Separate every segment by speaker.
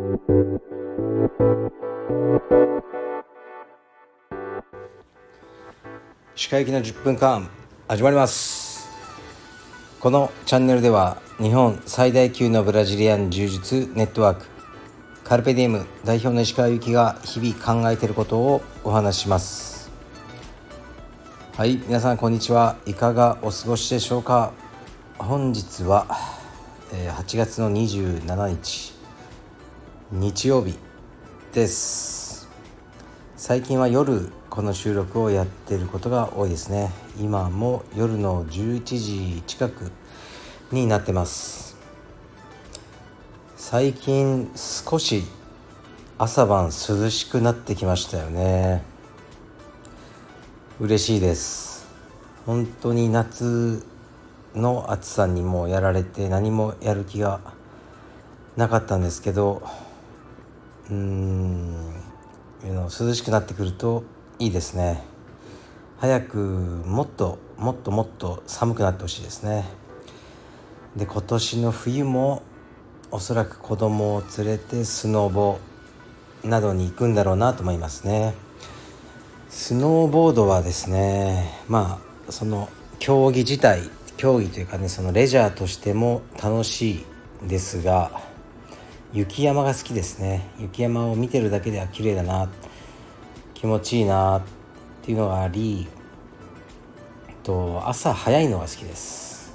Speaker 1: 歯科行きの10分間始まります。このチャンネルでは日本最大級のブラジリアン柔術ネットワークカルペディエム代表の石川由紀が日々考えていることをお話しします。はい、皆さんこんにちは。いかがお過ごしでしょうか。本日は8月の27日日曜日です。最近は夜この収録をやっていることが多いですね。今も夜の11時近くになってます。最近少し朝晩涼しくなってきましたよね。嬉しいです。本当に夏の暑さにもやられて何もやる気がなかったんですけど、涼しくなってくるといいですね。早くもっと寒くなってほしいですね。で、今年の冬もおそらく子供を連れてスノボなどに行くんだろうなと思いますね。スノーボードはですね、その競技というかね、そのレジャーとしても楽しいですが、雪山が好きですね。雪山を見てるだけでは綺麗だな、気持ちいいなっていうのがあり、朝早いのが好きです。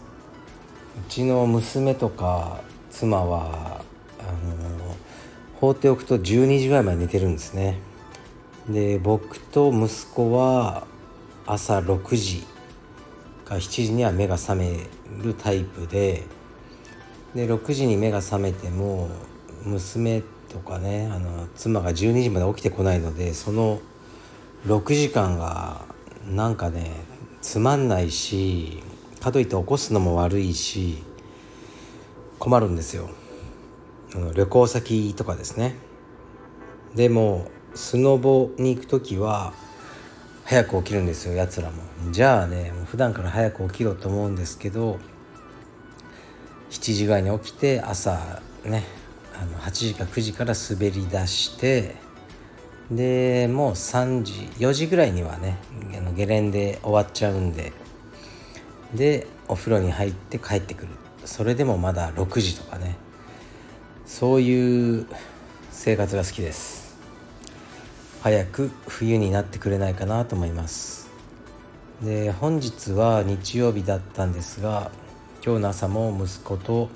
Speaker 1: うちの娘とか妻は放っておくと12時ぐらいまで寝てるんですね。で、僕と息子は朝6時か7時には目が覚めるタイプで、6時に目が覚めても娘とかね、妻が12時まで起きてこないので、その6時間がなんかねつまんないし、かといって起こすのも悪いし困るんですよ。旅行先とかですね。でもスノボに行くときは早く起きるんですよ、やつらも。じゃあね、もう普段から早く起きろと思うんですけど、7時ぐらいに起きて朝ね8時か9時から滑り出して、でもう3時4時ぐらいにはねゲレンデ終わっちゃうんで、お風呂に入って帰ってくる。それでもまだ6時とかね、そういう生活が好きです。早く冬になってくれないかなと思います。で、本日は日曜日だったんですが、今日の朝も息子と、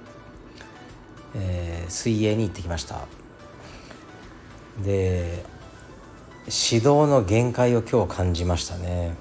Speaker 1: 水泳に行ってきました。で、指導の限界を今日感じましたね。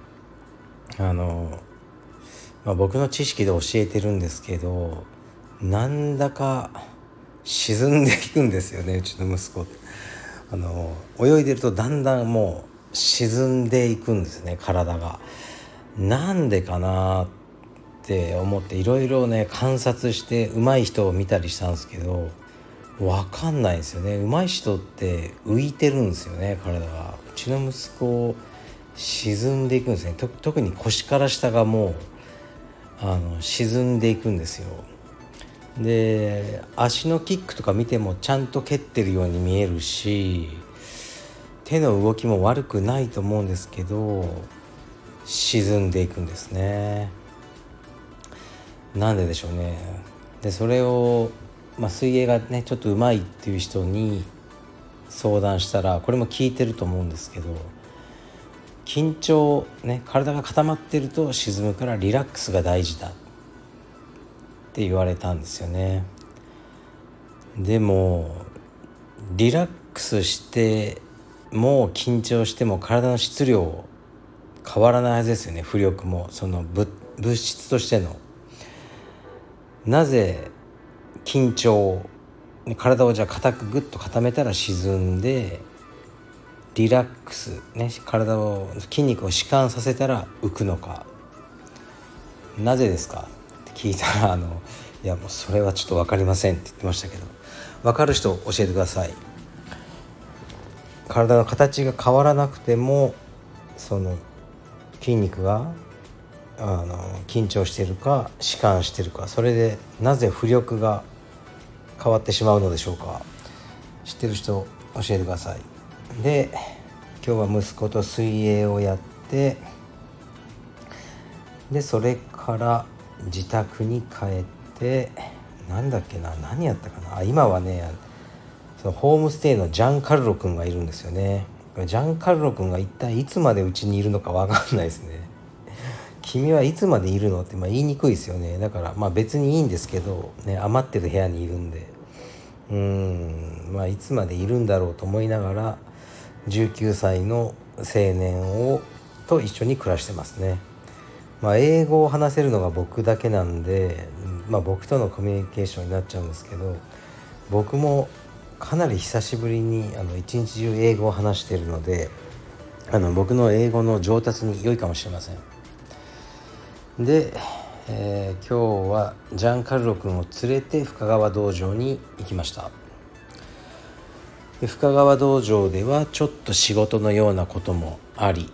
Speaker 1: 僕の知識で教えてるんですけど、なんだか沈んでいくんですよね、うちの息子。泳いでるとだんだんもう沈んでいくんですね、体が。なんでかなって思っていろいろね観察して上手い人を見たりしたんですけど、分かんないですよね。上手い人って浮いてるんですよね、体が。うちの息子沈んでいくんですね。特に腰から下がもう沈んでいくんですよ。で、足のキックとか見てもちゃんと蹴ってるように見えるし、手の動きも悪くないと思うんですけど、沈んでいくんですね。なんででしょうね。で、それを、水泳がねちょっと上手いっていう人に相談したら、これも聞いてると思うんですけど、緊張ね、体が固まってると沈むからリラックスが大事だって言われたんですよね。でもリラックスしても緊張しても体の質量変わらないはずですよね。浮力もその物質としての。なぜ緊張、体をじゃあ固くグッと固めたら沈んで、リラックスね、体を筋肉を弛緩させたら浮くのか、なぜですかって聞いたら、いやもうそれはちょっと分かりませんって言ってましたけど、分かる人教えてください。体の形が変わらなくてもその筋肉が緊張しているか弛緩しているか、それでなぜ浮力が変わってしまうのでしょうか。 知ってる人教えてください。で今日は息子と水泳をやって、でそれから自宅に帰って、何やったかな。今はね、そのホームステイのジャンカルロ君がいるんですよね。ジャンカルロ君が一体いつまでうちにいるのか分かんないですね。君はいつまでいるのって言いにくいですよね。だから別にいいんですけど、ね、余ってる部屋にいるんで、いつまでいるんだろうと思いながら19歳の青年と一緒に暮らしてますね。英語を話せるのが僕だけなんで、僕とのコミュニケーションになっちゃうんですけど、僕もかなり久しぶりに一日中英語を話しているので、僕の英語の上達に良いかもしれません。で、今日はジャンカルロ君を連れて深川道場に行きました。で深川道場ではちょっと仕事のようなこともあり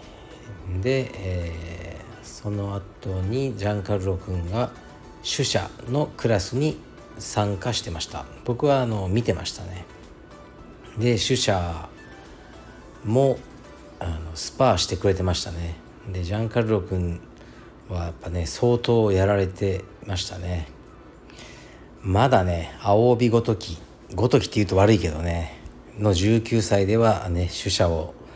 Speaker 1: で、その後にジャンカルロ君が主者のクラスに参加してました。僕は見てましたね。で主者もスパーしてくれてましたね。でジャンカルロ君はやっぱね相当やられてましたね。まだね青帯ごときって言うと悪いけどねの19歳ではね主者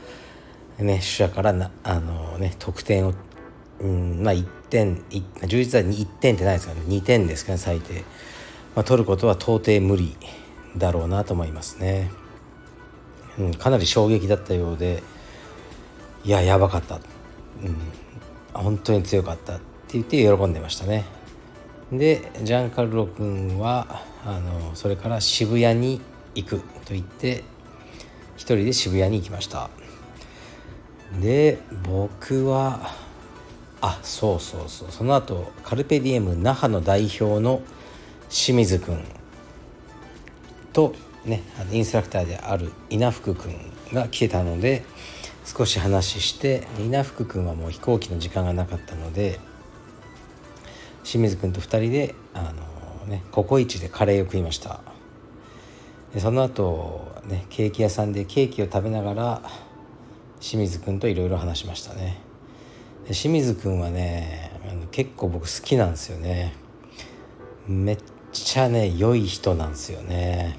Speaker 1: から得点を1点充実は1点ってないですかね、2点ですかね最低、取ることは到底無理だろうなと思いますね。かなり衝撃だったようで、やばかった、本当に強かったって言って喜んでましたね。でジャンカルロ君はそれから渋谷に行くと言って一人で渋谷に行きました。で僕はその後カルペディエム那覇の代表の清水君とねインストラクターである稲福君が来てたので少し話して、稲福君はもう飛行機の時間がなかったので清水君と2人でココイチでカレーを食いました。でその後ケーキ屋さんでケーキを食べながら清水君といろいろ話しましたね。で清水君はね結構僕好きなんですよね。めっちゃ良い人なんですよね。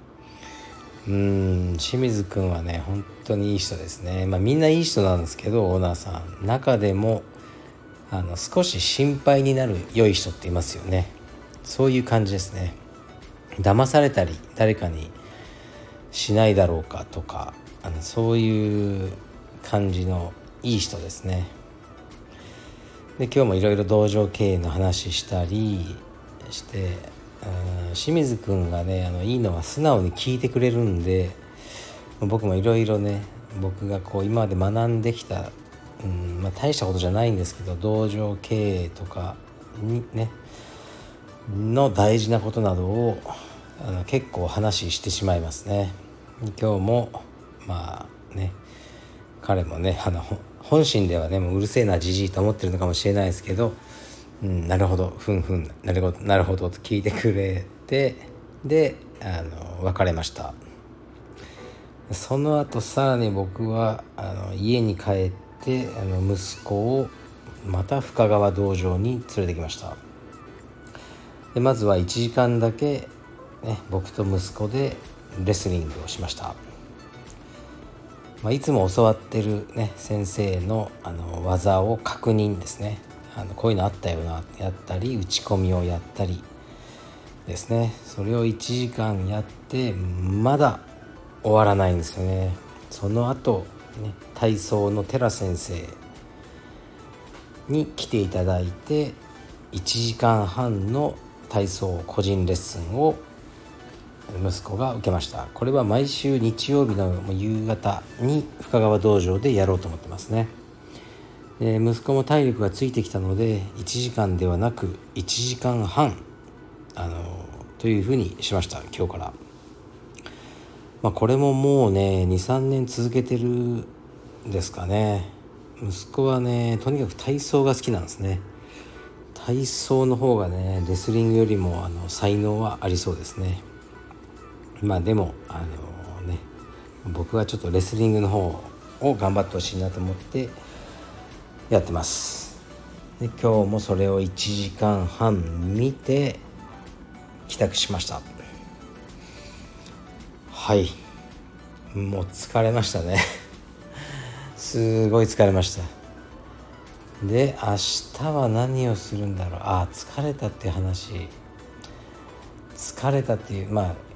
Speaker 1: 清水君はね本当にいい人ですね。みんないい人なんですけど、オーナーさん中でも少し心配になる良い人っていますよね。そういう感じですね。騙されたり誰かにしないだろうかとかそういう感じのいい人ですね。で今日もいろいろ道場経営の話したりして清水くんがねいいのは素直に聞いてくれるんで、僕もいろいろね僕が今まで学んできた、大したことじゃないんですけど道場経営とかにねの大事なことなどを結構話してしまいますね。今日も彼もね本心ではねもううるせえなじじいと思ってるのかもしれないですけど、なるほどなるほどと聞いてくれて、で別れました。その後さらに僕は家に帰って息子をまた深川道場に連れてきました。でまずは1時間だけ、僕と息子でレスリングをしました。いつも教わってる、先生の技を確認ですね。こういうのあったよなやったり打ち込みをやったりですね。それを1時間やってまだ終わらないんですよね。その後、体操の寺先生に来ていただいて1時間半の体操個人レッスンを息子が受けました。これは毎週日曜日の夕方に深川道場でやろうと思ってますね。で息子も体力がついてきたので1時間ではなく1時間半というふうにしました。今日から、これももうね 2,3 年続けてるんですかね。息子はねとにかく体操が好きなんですね。体操の方がねレスリングよりも才能はありそうですね。 でも僕はちょっとレスリングの方を頑張ってほしいなと思ってやってます。で今日もそれを1時間半見て帰宅しました。はい、もう疲れましたねすごい疲れました。で明日は何をするんだろう。疲れたっていう話、疲れたっていう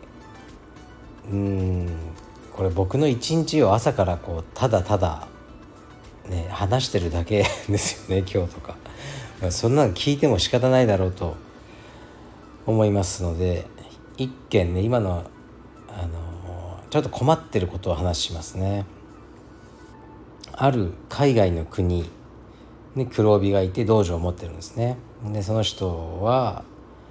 Speaker 1: これ僕の一日を朝からただただね話してるだけですよね今日とか。そんなの聞いても仕方ないだろうと思いますので、一件ね今のちょっと困ってることを話しますね。ある海外の国に黒帯がいて道場を持ってるんですね。でその人は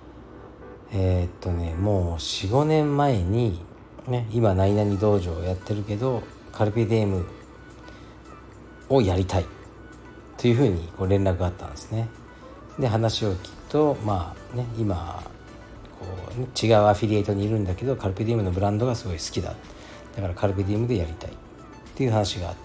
Speaker 1: もう 4,5 年前に今何々道場をやってるけどカルピディエムをやりたいというふうに連絡があったんですね。で話を聞くと今違うアフィリエイトにいるんだけどカルピディエムのブランドがすごい好きだからカルピディエムでやりたいっていう話があって、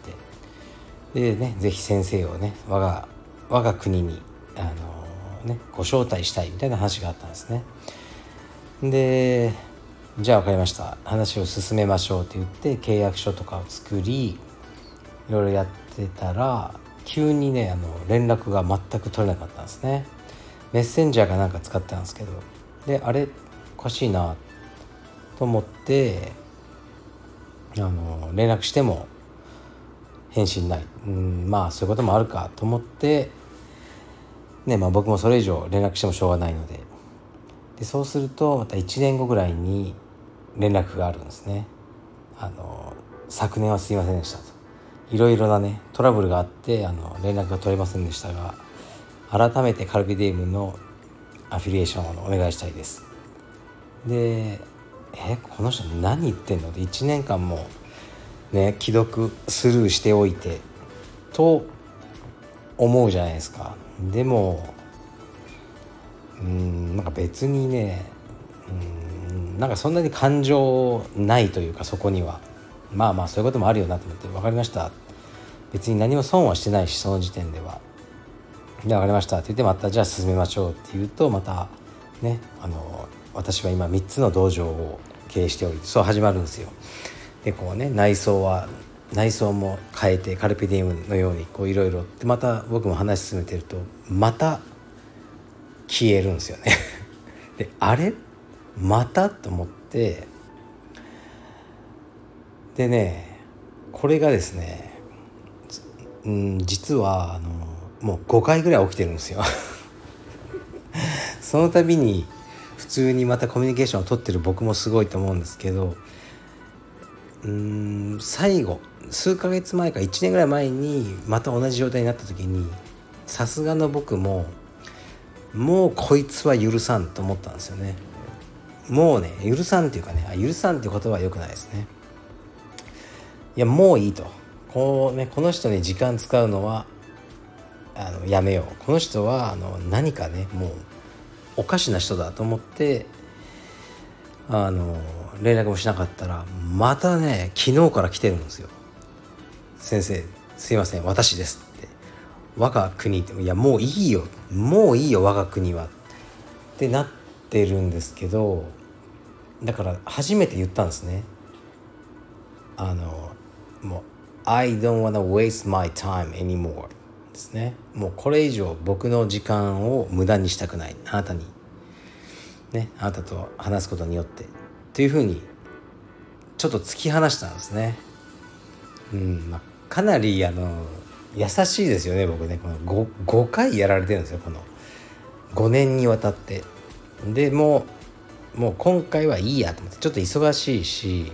Speaker 1: でぜひ先生を我が国にご招待したいみたいな話があったんですね。でじゃあ分かりました、話を進めましょうって言って契約書とかを作りいろいろやってたら急に連絡が全く取れなかったんですね。メッセンジャーかなんか使ってたんですけど、であれおかしいなと思って連絡しても返信ない。そういうこともあるかと思って僕もそれ以上連絡してもしょうがないので、そうするとまた1年後ぐらいに連絡があるんですね。昨年はすいませんでしたと、いろいろなトラブルがあって連絡が取れませんでしたが、改めてカルピディエムのアフィリエーションをお願いしたいです。でこの人何言ってんので1年間も既読スルーしておいてと思うじゃないですか。でも別にそんなに感情ないというか、そこにはそういうこともあるよなと思って、分かりました、別に何も損はしてないしその時点では、分かりましたって言ってまたじゃあ進めましょうって言うとまた私は今3つの道場を経営しており、そう始まるんですよ。で内装も変えてカルピディエムのようにいろいろってまた僕も話進めてるとまた消えるんですよねであれまたと思って、でこれがですね実はもう5回ぐらい起きてるんですよその度に普通にまたコミュニケーションを取ってる僕もすごいと思うんですけど、最後数ヶ月前か1年ぐらい前にまた同じ状態になった時にさすがの僕ももうこいつは許さんと思ったんですよね。もう許さんっていうか許さんっていう言葉は良くないですね。いやもういいと、この人に時間使うのはやめよう、この人は何かもうおかしな人だと思って連絡もしなかったらまた昨日から来てるんですよ。先生すいません私ですって、我が国っていやもういいよ我が国はってなってるんですけど、だから初めて言ったんですね。もう I don't wanna waste my time anymore ですね。もうこれ以上僕の時間を無駄にしたくない、あなたにあなたと話すことによってというふうにちょっと突き放したんですね。かなり優しいですよね僕この 5回やられてるんですよ、この5年にわたって。でもう今回はいいやと思って、ちょっと忙しいし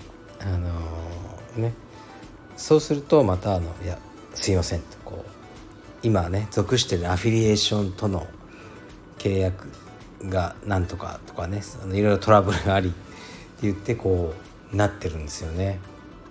Speaker 1: そうするとまたいやすいませんと今属してるアフィリエーションとの契約がなんとかとかいろいろトラブルがありって言ってなってるんですよね。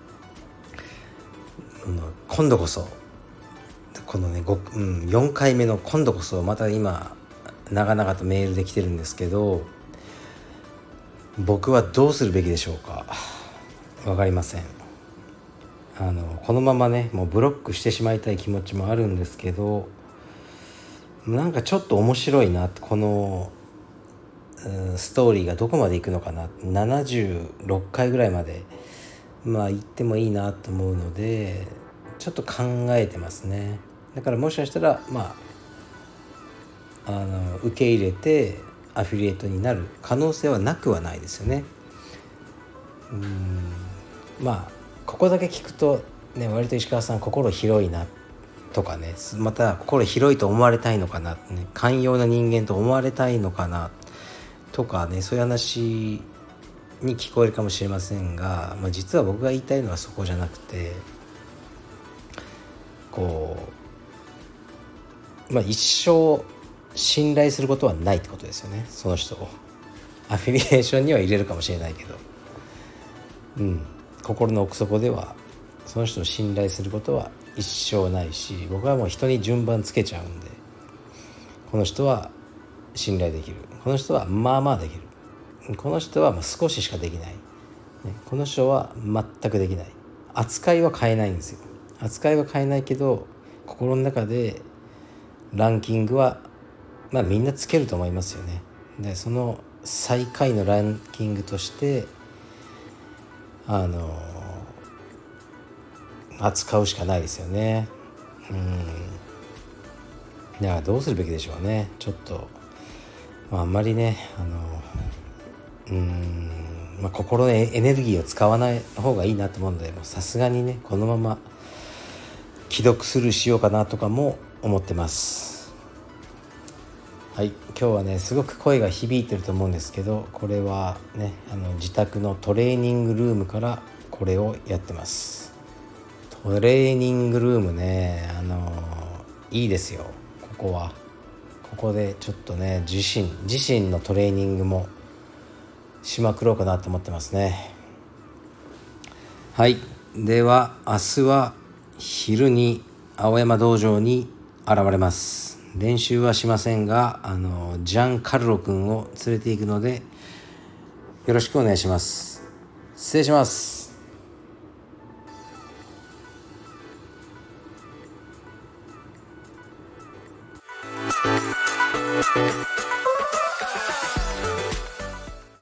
Speaker 1: 今度こそこの4回目の今度こそまた今長々とメールで来てるんですけど、 僕はどうするべきでしょうか。わかりません。このままねもうブロックしてしまいたい気持ちもあるんですけど、なんかちょっと面白いな、このストーリーがどこまで行くのかな、76回ぐらいまで行ってもいいなと思うので、ちょっと考えてますね。だからもしかしたら受け入れてアフィリエイトになる可能性はなくはないですよね。ここだけ聞くとね、割と石川さん心広いなとかね、また心広いと思われたいのかな、ね、寛容な人間と思われたいのかなとかね、そういう話に聞こえるかもしれませんが、実は僕が言いたいのはそこじゃなくて、一生信頼することはないってことですよね。その人をアフィリエーションには入れるかもしれないけど、心の奥底ではその人を信頼することは一生ないし、僕はもう人に順番つけちゃうんで、この人は信頼できる、この人はまあまあできる、この人は少ししかできない、この人は全くできない、扱いは変えないんですよ。扱いは変えないけど心の中でランキングはみんなつけると思いますよね。でその最下位のランキングとして扱うしかないですよね。だからどうするべきでしょうね。ちょっと、あんまりね心のエネルギーを使わない方がいいなと思うので、さすがにねこのまま既読スルーしようかなとかも思ってます。はい、今日はねすごく声が響いてると思うんですけど、これはね自宅のトレーニングルームからこれをやってます。トレーニングルームねいいですよ。ここでちょっとね自身のトレーニングもしまくろうかなと思ってますね。はい、では明日は昼に青山道場に現れます。練習はしませんがジャンカルロ君を連れて行くのでよろしくお願いします。失礼します。